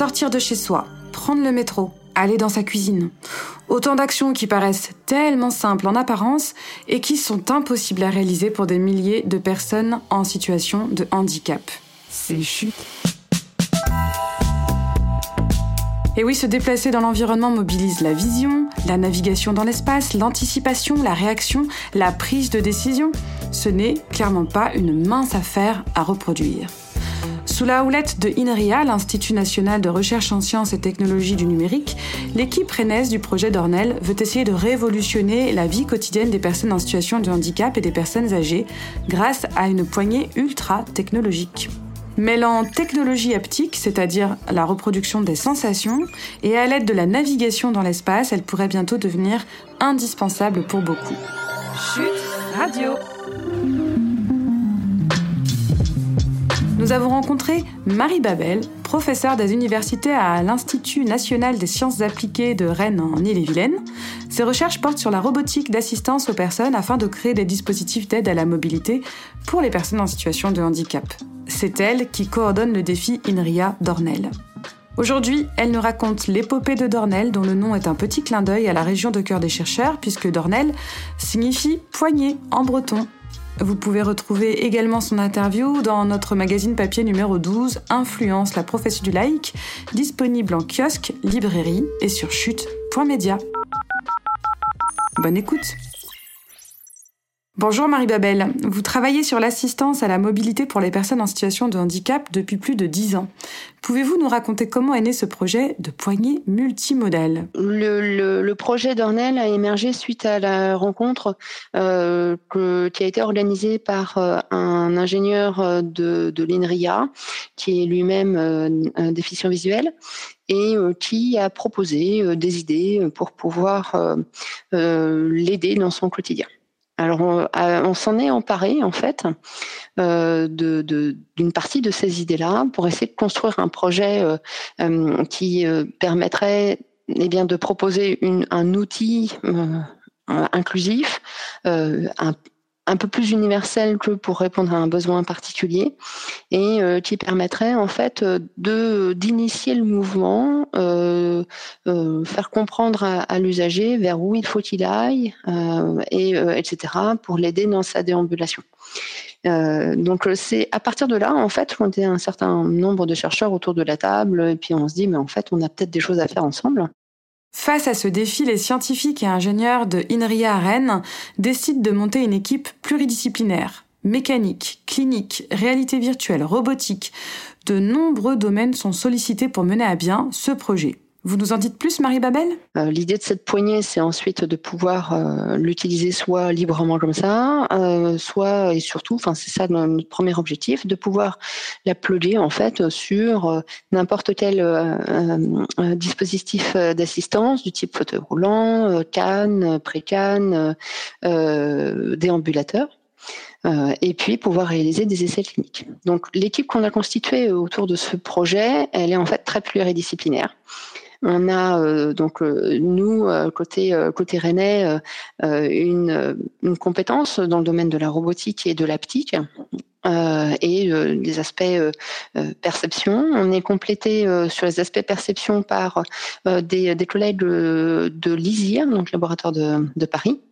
Sortir de chez soi, prendre le métro, aller dans sa cuisine. Autant d'actions qui paraissent tellement simples en apparence et qui sont impossibles à réaliser pour des milliers de personnes en situation de handicap. C'est chut. Et oui, se déplacer dans l'environnement mobilise la vision, la navigation dans l'espace, l'anticipation, la réaction, la prise de décision. Ce n'est clairement pas une mince affaire à reproduire. Sous la houlette de INRIA, l'Institut national de recherche en sciences et technologies du numérique, l'équipe rennaise du projet Dornel veut essayer de révolutionner la vie quotidienne des personnes en situation de handicap et des personnes âgées grâce à une poignée ultra technologique. Mêlant technologie haptique, c'est-à-dire la reproduction des sensations, et à l'aide de la navigation dans l'espace, elle pourrait bientôt devenir indispensable pour beaucoup. Chut Radio. Nous avons rencontré Marie Babel, professeure des universités à l'Institut national des sciences appliquées de Rennes en Ille-et-Vilaine. Ses recherches portent sur la robotique d'assistance aux personnes afin de créer des dispositifs d'aide à la mobilité pour les personnes en situation de handicap. C'est elle qui coordonne le défi INRIA Dornel. Aujourd'hui, elle nous raconte l'épopée de Dornel, dont le nom est un petit clin d'œil à la région de cœur des chercheurs, puisque Dornel signifie poignée en breton. Vous pouvez retrouver également son interview dans notre magazine papier numéro 12, Influence, la prophétie du laïc, disponible en kiosque, librairie et sur chut.media. Bonne écoute. Bonjour Marie Babel, vous travaillez sur l'assistance à la mobilité pour les personnes en situation de handicap depuis plus de 10 ans. Pouvez-vous nous raconter comment est né ce projet de poignée multimodale ? Le projet Dornel a émergé suite à la rencontre qui a été organisée par un ingénieur de l'INRIA, qui est lui-même déficient visuel, et qui a proposé des idées pour pouvoir l'aider dans son quotidien. Alors, on s'en est emparé, en fait, d'une partie de ces idées-là pour essayer de construire un projet qui permettrait de proposer un outil inclusif, un peu plus universel que pour répondre à un besoin particulier, et qui permettrait en fait d'initier le mouvement, faire comprendre à l'usager vers où il faut qu'il aille, etc., pour l'aider dans sa déambulation. Donc c'est à partir de là en fait qu'on était un certain nombre de chercheurs autour de la table, et puis on se dit mais en fait on a peut-être des choses à faire ensemble. Face à ce défi, les scientifiques et ingénieurs de INRIA à Rennes décident de monter une équipe pluridisciplinaire. Mécanique, clinique, réalité virtuelle, robotique. De nombreux domaines sont sollicités pour mener à bien ce projet. Vous nous en dites plus, Marie Babel ? L'idée de cette poignée, c'est ensuite de pouvoir l'utiliser soit librement comme ça, soit, et surtout, c'est ça notre premier objectif, de pouvoir la plugger en fait sur n'importe quel dispositif d'assistance du type fauteuil roulant, canne, pré-canne, déambulateur. Et puis pouvoir réaliser des essais cliniques. Donc l'équipe qu'on a constituée autour de ce projet, elle est en fait très pluridisciplinaire. On a nous côté rennais une compétence dans le domaine de la robotique et de l'haptique et des aspects perception. On est complété sur les aspects perception par des collègues de l'ISIR, donc laboratoire de Paris.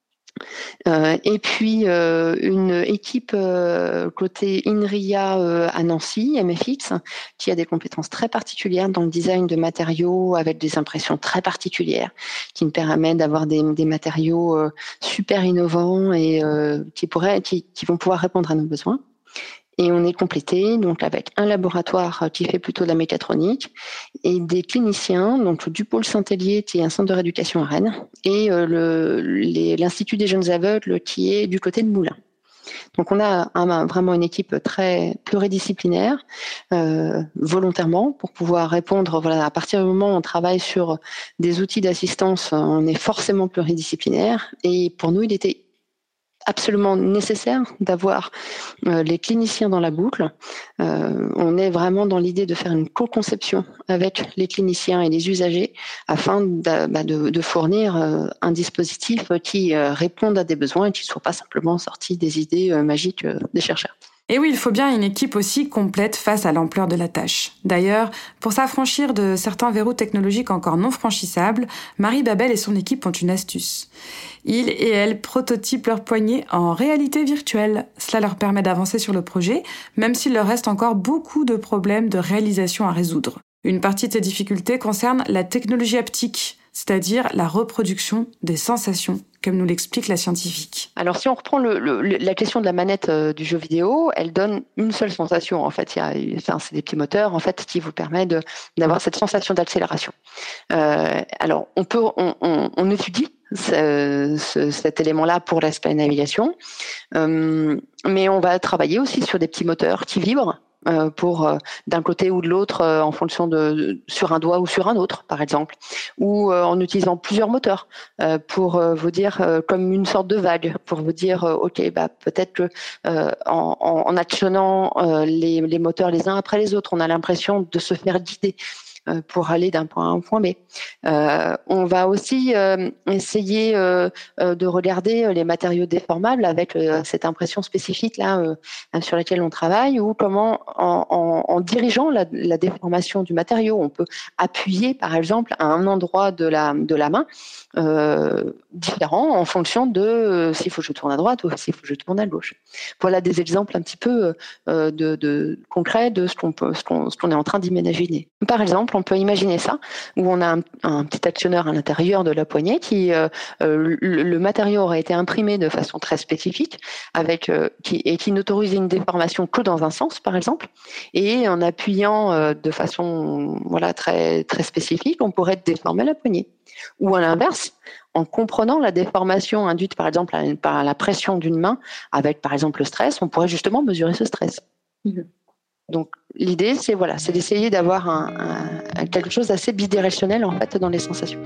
Et puis une équipe côté INRIA à Nancy, MFX, qui a des compétences très particulières dans le design de matériaux avec des impressions très particulières, qui nous permettent d'avoir des matériaux super innovants et qui vont pouvoir répondre à nos besoins. Et on est complété donc avec un laboratoire qui fait plutôt de la mécatronique et des cliniciens, donc du pôle Saint-Hélier qui est un centre de rééducation à Rennes et l'Institut des jeunes aveugles qui est du côté de Moulins. Donc on a vraiment une équipe très pluridisciplinaire, volontairement, pour pouvoir répondre. Voilà, à partir du moment où on travaille sur des outils d'assistance, on est forcément pluridisciplinaire. Et pour nous, il était absolument nécessaire d'avoir les cliniciens dans la boucle. On est vraiment dans l'idée de faire une co-conception avec les cliniciens et les usagers afin de fournir un dispositif qui réponde à des besoins et qui ne soit pas simplement sorti des idées magiques des chercheurs. Et oui, il faut bien une équipe aussi complète face à l'ampleur de la tâche. D'ailleurs, pour s'affranchir de certains verrous technologiques encore non franchissables, Marie Babel et son équipe ont une astuce. Ils et elles prototypent leur poignet en réalité virtuelle. Cela leur permet d'avancer sur le projet, même s'il leur reste encore beaucoup de problèmes de réalisation à résoudre. Une partie de ces difficultés concerne la technologie haptique, c'est-à-dire la reproduction des sensations, comme nous l'explique la scientifique. Alors si on reprend la question de la manette du jeu vidéo, elle donne une seule sensation. En fait, c'est des petits moteurs en fait qui vous permettent d'avoir cette sensation d'accélération. Alors on étudie cet élément-là pour l'aspect navigation, mais on va travailler aussi sur des petits moteurs qui vibrent. Pour d'un côté ou de l'autre en fonction sur un doigt ou sur un autre par exemple, ou en utilisant plusieurs moteurs pour vous dire comme une sorte de vague pour vous dire ok peut-être que en actionnant les moteurs les uns après les autres on a l'impression de se faire guider pour aller d'un point A à un point B. On va aussi essayer de regarder les matériaux déformables avec cette impression spécifique là sur laquelle on travaille, ou comment en dirigeant la déformation du matériau, on peut appuyer par exemple à un endroit de la main différent en fonction de s'il faut que je tourne à droite ou s'il faut que je tourne à gauche. Voilà des exemples un petit peu de concrets de ce qu'on est en train d'imaginer. Par exemple, on peut imaginer ça, où on a un petit actionneur à l'intérieur de la poignée qui le matériau aurait été imprimé de façon très spécifique, qui n'autorise une déformation que dans un sens, par exemple, et en appuyant de façon très très spécifique, on pourrait déformer la poignée. Ou à l'inverse, en comprenant la déformation induite par exemple par la pression d'une main avec par exemple le stress, on pourrait justement mesurer ce stress. Donc l'idée c'est d'essayer d'avoir quelque chose d'assez bidirectionnel en fait dans les sensations.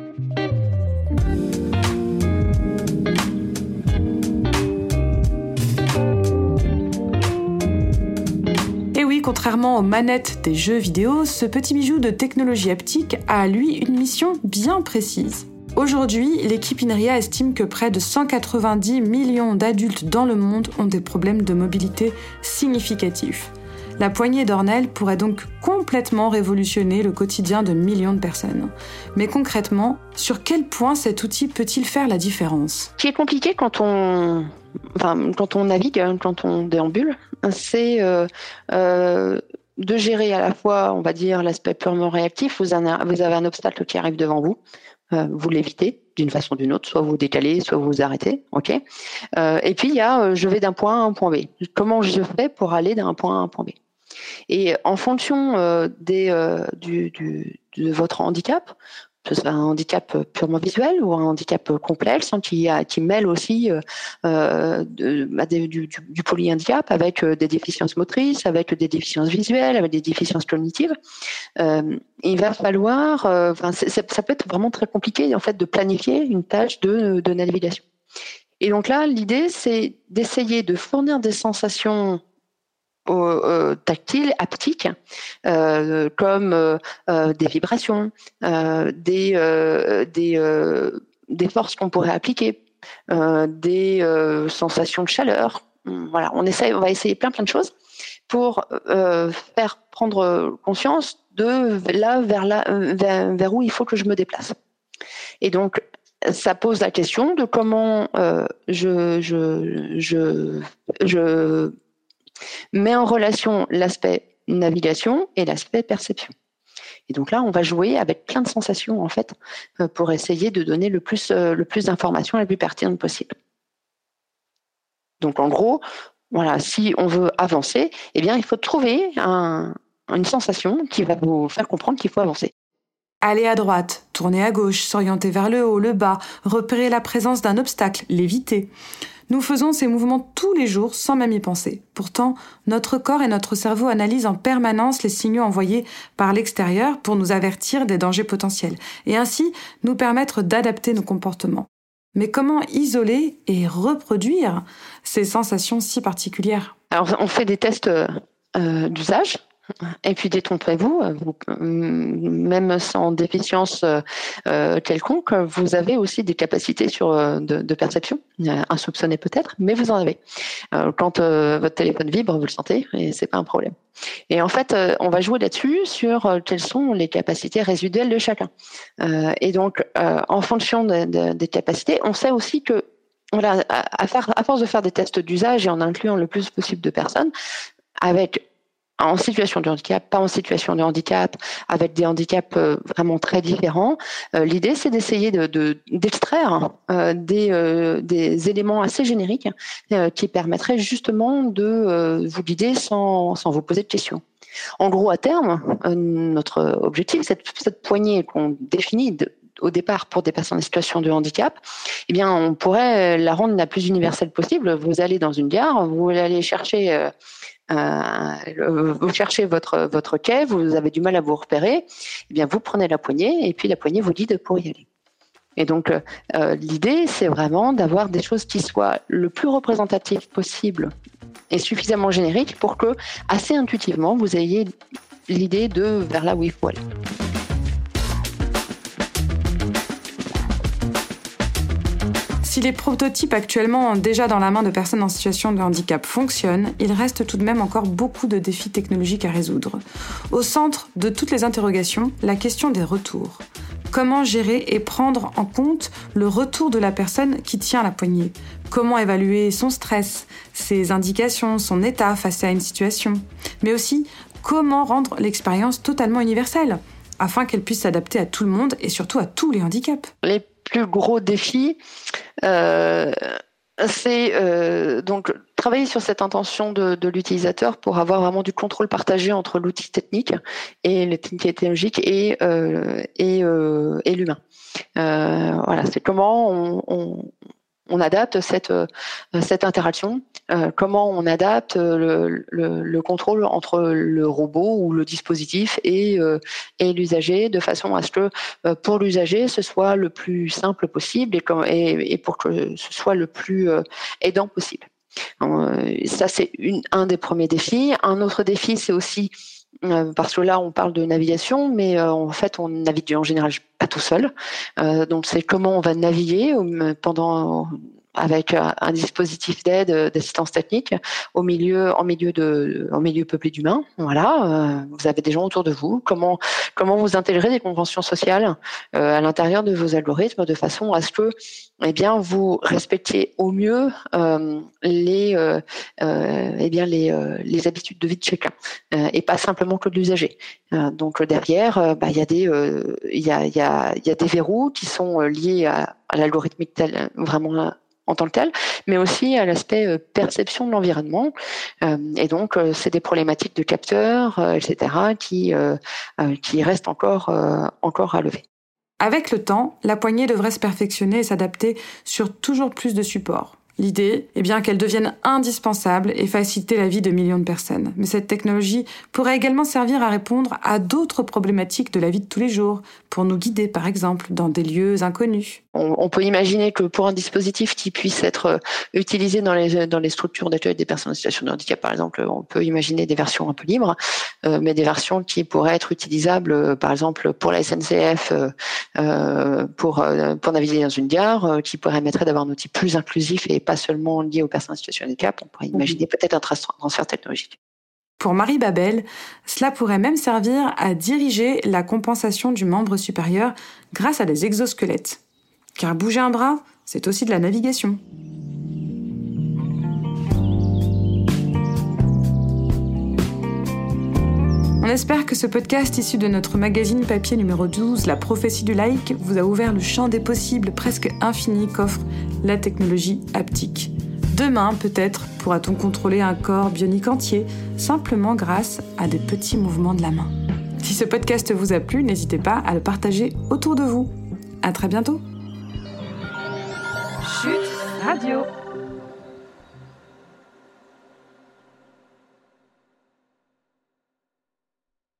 Et oui, contrairement aux manettes des jeux vidéo, ce petit bijou de technologie haptique a, lui, une mission bien précise. Aujourd'hui, l'équipe INRIA estime que près de 190 millions d'adultes dans le monde ont des problèmes de mobilité significatifs. La poignée d'Ornell pourrait donc complètement révolutionner le quotidien de millions de personnes. Mais concrètement, sur quel point cet outil peut-il faire la différence ? Ce qui est compliqué quand on navigue, quand on déambule, c'est de gérer à la fois, on va dire, l'aspect purement réactif. Vous avez un obstacle qui arrive devant vous. Vous l'évitez d'une façon ou d'une autre, soit vous décalez, soit vous vous arrêtez, ok. Et puis il y a je vais d'un point A à un point B. Comment je fais pour aller d'un point A à un point B? Et en fonction de votre handicap, que ce soit un handicap purement visuel ou un handicap complexe qui mêle aussi du polyhandicap avec des déficiences motrices, avec des déficiences visuelles, avec des déficiences cognitives. Il va falloir, ça peut être vraiment très compliqué en fait de planifier une tâche de navigation. Et donc là, l'idée c'est d'essayer de fournir des sensations tactiles, haptiques, comme des vibrations, des forces qu'on pourrait appliquer, des sensations de chaleur. Voilà, on va essayer plein de choses pour faire prendre conscience de là vers où il faut que je me déplace. Et donc ça pose la question de comment je mets en relation l'aspect navigation et l'aspect perception. Et donc là, on va jouer avec plein de sensations en fait pour essayer de donner le plus d'informations la plus pertinente possible. Donc en gros, voilà, si on veut avancer, eh bien il faut trouver une sensation qui va vous faire comprendre qu'il faut avancer. Aller à droite, tourner à gauche, s'orienter vers le haut, le bas, repérer la présence d'un obstacle, l'éviter. Nous faisons ces mouvements tous les jours sans même y penser. Pourtant, notre corps et notre cerveau analysent en permanence les signaux envoyés par l'extérieur pour nous avertir des dangers potentiels et ainsi nous permettre d'adapter nos comportements. Mais comment isoler et reproduire ces sensations si particulières ? Alors, on fait des tests d'usage. Et puis détrompez-vous, même sans déficience quelconque, vous avez aussi des capacités de perception, insoupçonnées peut-être, mais vous en avez. Quand votre téléphone vibre, vous le sentez et c'est pas un problème. Et en fait, on va jouer là-dessus sur quelles sont les capacités résiduelles de chacun. Et donc, en fonction des capacités, on sait aussi que voilà, à force de faire des tests d'usage et en incluant le plus possible de personnes, en situation de handicap, pas en situation de handicap, avec des handicaps vraiment très différents. L'idée, c'est d'essayer d'extraire des éléments assez génériques qui permettraient justement de vous guider sans vous poser de questions. En gros, à terme, notre objectif, cette poignée qu'on définit au départ pour des personnes en situation de handicap, eh bien, on pourrait la rendre la plus universelle possible. Vous allez dans une gare, vous allez chercher vous cherchez votre quai, vous avez du mal à vous repérer, eh bien vous prenez la poignée et puis la poignée vous guide pour y aller. Et donc l'idée, c'est vraiment d'avoir des choses qui soient le plus représentatives possible et suffisamment génériques pour que, assez intuitivement, vous ayez l'idée de vers là où il faut aller. Si les prototypes actuellement déjà dans la main de personnes en situation de handicap fonctionnent, il reste tout de même encore beaucoup de défis technologiques à résoudre. Au centre de toutes les interrogations, la question des retours. Comment gérer et prendre en compte le retour de la personne qui tient la poignée ? Comment évaluer son stress, ses indications, son état face à une situation ? Mais aussi, comment rendre l'expérience totalement universelle, afin qu'elle puisse s'adapter à tout le monde et surtout à tous les handicaps ? Les plus gros défi, c'est donc travailler sur cette intention de l'utilisateur pour avoir vraiment du contrôle partagé entre l'outil technique et les technologiques et l'humain. Voilà, c'est comment on adapte cette interaction, comment on adapte le contrôle entre le robot ou le dispositif et l'usager, de façon à ce que pour l'usager ce soit le plus simple possible et pour que ce soit le plus aidant possible. Ça, c'est un des premiers défis. Un autre défi, c'est aussi parce que là, on parle de navigation, mais en fait, on navigue en général pas tout seul. Donc, c'est comment on va naviguer avec un dispositif d'aide, d'assistance technique en milieu peuplé d'humains. Voilà, vous avez des gens autour de vous. Comment vous intégrez des conventions sociales à l'intérieur de vos algorithmes de façon à ce que, eh bien, vous respectiez au mieux les habitudes de vie de chacun et pas simplement que de l'usager. Donc derrière, il y a des verrous qui sont liés à l'algorithmique vraiment en tant que tel, mais aussi à l'aspect perception de l'environnement. Et donc, c'est des problématiques de capteurs, etc., qui restent encore à lever. Avec le temps, la poignée devrait se perfectionner et s'adapter sur toujours plus de supports. L'idée est bien qu'elle devienne indispensable et faciliter la vie de millions de personnes. Mais cette technologie pourrait également servir à répondre à d'autres problématiques de la vie de tous les jours, pour nous guider par exemple dans des lieux inconnus. On peut imaginer que pour un dispositif qui puisse être utilisé dans les structures d'accueil des personnes en situation de handicap, par exemple, on peut imaginer des versions un peu libres, mais des versions qui pourraient être utilisables, par exemple, pour la SNCF, pour naviguer dans une gare, qui permettrait d'avoir un outil plus inclusif et pas seulement lié aux personnes en situation de handicap. On pourrait imaginer peut-être un transfert technologique. Pour Marie Babel, cela pourrait même servir à diriger la compensation du membre supérieur grâce à des exosquelettes. Car bouger un bras, c'est aussi de la navigation. On espère que ce podcast issu de notre magazine papier numéro 12, La prophétie du laïc, vous a ouvert le champ des possibles presque infini qu'offre la technologie haptique. Demain, peut-être, pourra-t-on contrôler un corps bionique entier, simplement grâce à des petits mouvements de la main. Si ce podcast vous a plu, n'hésitez pas à le partager autour de vous. À très bientôt. Chut Radio.